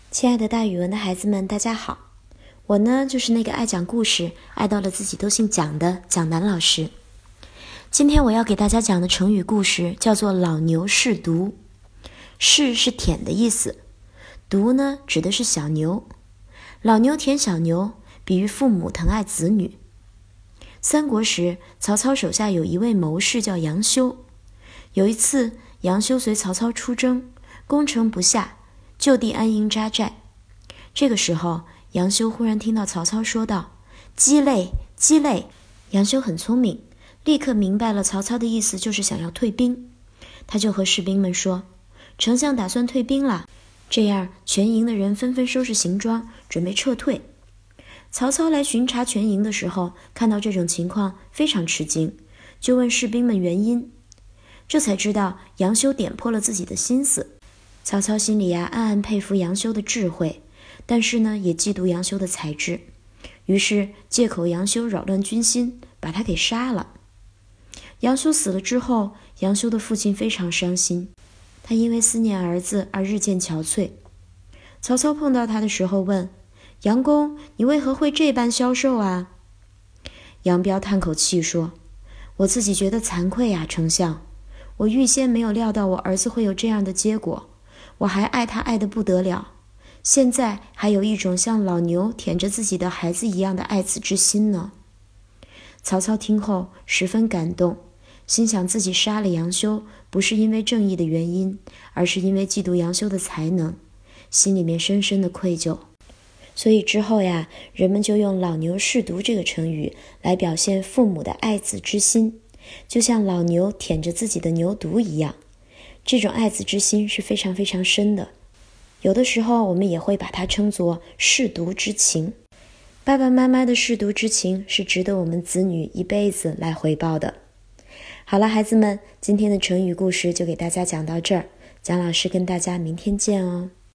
亲爱的大语文的孩子们，大家好，我呢就是那个爱讲故事、爱到了自己都姓蒋的蒋楠老师。今天我要给大家讲的成语故事叫做老牛试毒。试是舔的意思，毒呢指的是小牛。老牛舔小牛，比喻父母疼爱子女。三国时，曹操手下有一位谋士叫杨修。有一次，杨修随曹操出征，攻城不下，就地安营扎寨。这个时候，杨修忽然听到曹操说道：“鸡肋，鸡肋！”杨修很聪明，立刻明白了曹操的意思就是想要退兵。他就和士兵们说：“丞相打算退兵了。”这样，全营的人纷纷收拾行装，准备撤退。曹操来巡查全营的时候，看到这种情况，非常吃惊，就问士兵们原因。这才知道杨修点破了自己的心思。曹操心里暗暗佩服杨修的智慧，但是呢，也嫉妒杨修的才智，于是借口杨修扰乱军心，把他给杀了。杨修死了之后，杨修的父亲非常伤心，他因为思念儿子而日渐憔悴。曹操碰到他的时候问：“杨公，你为何会这般消瘦啊？”杨彪叹口气说：“我自己觉得惭愧啊，丞相，我预先没有料到我儿子会有这样的结果，我还爱他爱得不得了，现在还有一种像老牛舔着自己的孩子一样的爱子之心呢。”曹操听后十分感动，心想自己杀了杨修不是因为正义的原因，而是因为嫉妒杨修的才能，心里面深深的愧疚。所以之后呀，人们就用老牛试毒这个成语来表现父母的爱子之心，就像老牛舔着自己的牛犊一样，这种爱子之心是非常非常深的。有的时候我们也会把它称作试毒之情。爸爸妈妈的试毒之情是值得我们子女一辈子来回报的。好了，孩子们，今天的成语故事就给大家讲到这儿，蒋老师跟大家明天见哦。